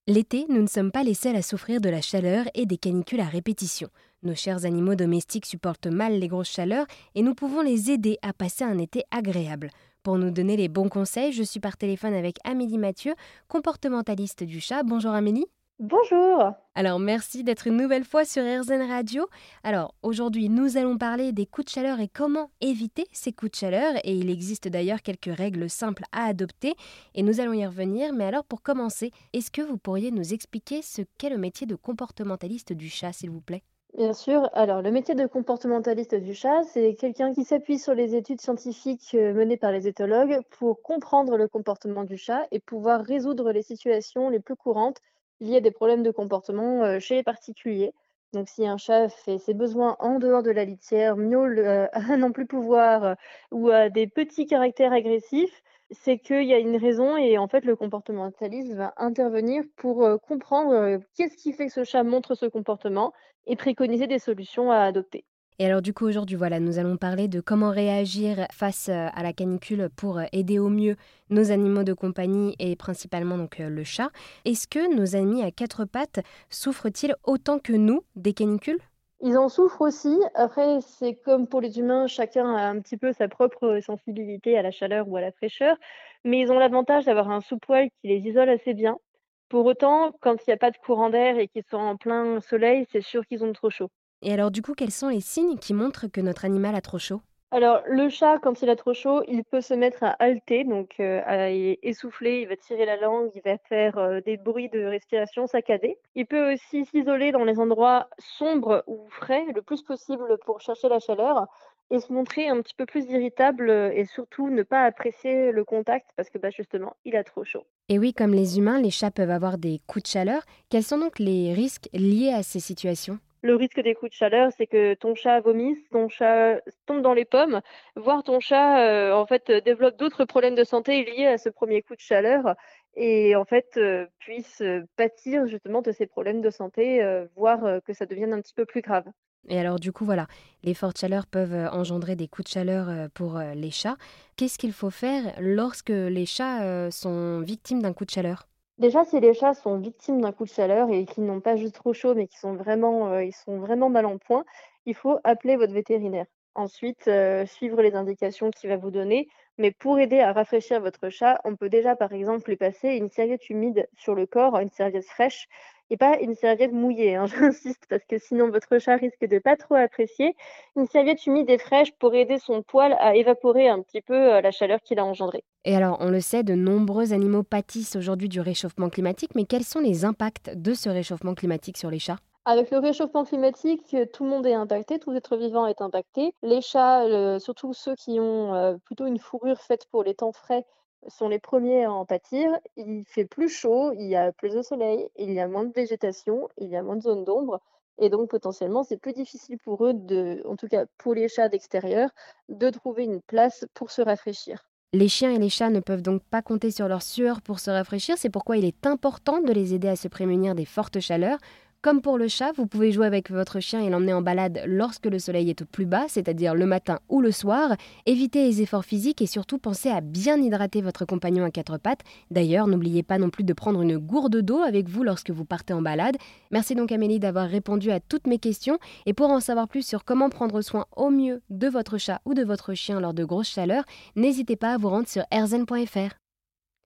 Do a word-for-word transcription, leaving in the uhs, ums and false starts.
L'été, nous ne sommes pas les seuls à souffrir de la chaleur et des canicules à répétition. Nos chers animaux domestiques supportent mal les grosses chaleurs et nous pouvons les aider à passer un été agréable. Pour nous donner les bons conseils, je suis par téléphone avec Amélie Mathieu, comportementaliste du chat. Bonjour Amélie. Bonjour. Alors merci d'être une nouvelle fois sur AirZen Radio. Alors aujourd'hui nous allons parler des coups de chaleur et comment éviter ces coups de chaleur, et il existe d'ailleurs quelques règles simples à adopter et nous allons y revenir. Mais alors pour commencer, est-ce que vous pourriez nous expliquer ce qu'est le métier de comportementaliste du chat, s'il vous plaît ? Bien sûr. Alors, le métier de comportementaliste du chat, c'est quelqu'un qui s'appuie sur les études scientifiques euh, menées par les éthologues pour comprendre le comportement du chat et pouvoir résoudre les situations les plus courantes liées à des problèmes de comportement euh, chez les particuliers. Donc, si un chat fait ses besoins en dehors de la litière, miaule euh, à n'en plus pouvoir euh, ou a des petits caractères agressifs, c'est qu'il y a une raison et en fait, le comportementaliste va intervenir pour euh, comprendre euh, qu'est-ce qui fait que ce chat montre ce comportement et préconiser des solutions à adopter. Et alors du coup aujourd'hui voilà, nous allons parler de comment réagir face euh, à la canicule pour euh, aider au mieux nos animaux de compagnie et principalement donc euh, le chat. Est-ce que nos amis à quatre pattes souffrent-ils autant que nous des canicules ? Ils en souffrent aussi. Après, c'est comme pour les humains, chacun a un petit peu sa propre sensibilité à la chaleur ou à la fraîcheur, mais ils ont l'avantage d'avoir un sous-poil qui les isole assez bien. Pour autant, quand il n'y a pas de courant d'air et qu'ils sont en plein soleil, c'est sûr qu'ils ont trop chaud. Et alors du coup, quels sont les signes qui montrent que notre animal a trop chaud ? Alors, le chat, quand il a trop chaud, il peut se mettre à halter, donc euh, à e- essouffler, il va tirer la langue, il va faire euh, des bruits de respiration saccadés. Il peut aussi s'isoler dans les endroits sombres ou frais le plus possible pour chercher la chaleur et se montrer un petit peu plus irritable euh, et surtout ne pas apprécier le contact parce que bah, justement, il a trop chaud. Et oui, comme les humains, les chats peuvent avoir des coups de chaleur. Quels sont donc les risques liés à ces situations ? Le risque des coups de chaleur, c'est que ton chat vomisse, ton chat tombe dans les pommes, voire ton chat, heu, en fait, heu, développe d'autres problèmes de santé liés à ce premier coup de chaleur et en fait, heu, puisse, heu, pâtir justement de ces problèmes de santé, heu, voire, heu, que ça devienne un petit peu plus grave. Et alors du coup, voilà, les fortes chaleurs peuvent euh, engendrer des coups de chaleur euh, pour euh, les chats. Qu'est-ce qu'il faut faire lorsque les chats euh, sont victimes d'un coup de chaleur ? Déjà, si les chats sont victimes d'un coup de chaleur et qu'ils n'ont pas juste trop chaud, mais qui sont vraiment, heu, ils sont vraiment mal en point, il faut appeler votre vétérinaire. Ensuite, heu, suivre les indications qu'il va vous donner, mais pour aider à rafraîchir votre chat, on peut déjà, par exemple, lui passer une serviette humide sur le corps, une serviette fraîche et pas une serviette mouillée, hein, j'insiste, parce que sinon votre chat risque de pas trop apprécier. Une serviette humide et fraîche pour aider son poil à évaporer un petit peu, heu, la chaleur qu'il a engendrée. Et alors, on le sait, de nombreux animaux pâtissent aujourd'hui du réchauffement climatique, mais quels sont les impacts de ce réchauffement climatique sur les chats ? Avec le réchauffement climatique, heu, tout le monde est impacté, tout être vivant est impacté. Les chats, heu, surtout ceux qui ont, heu, plutôt une fourrure faite pour les temps frais, sont les premiers à en pâtir. Il fait plus chaud, il y a plus de soleil, il y a moins de végétation, il y a moins de zones d'ombre et donc potentiellement, c'est plus difficile pour eux de en tout cas pour les chats d'extérieur, de trouver une place pour se rafraîchir. Les chiens et les chats ne peuvent donc pas compter sur leur sueur pour se rafraîchir, c'est pourquoi il est important de les aider à se prémunir des fortes chaleurs. Comme pour le chat, vous pouvez jouer avec votre chien et l'emmener en balade lorsque le soleil est au plus bas, c'est-à-dire le matin ou le soir. Évitez les efforts physiques et surtout pensez à bien hydrater votre compagnon à quatre pattes. D'ailleurs, n'oubliez pas non plus de prendre une gourde d'eau avec vous lorsque vous partez en balade. Merci donc Amélie d'avoir répondu à toutes mes questions. Et pour en savoir plus sur comment prendre soin au mieux de votre chat ou de votre chien lors de grosses chaleurs, n'hésitez pas à vous rendre sur airzen point f r.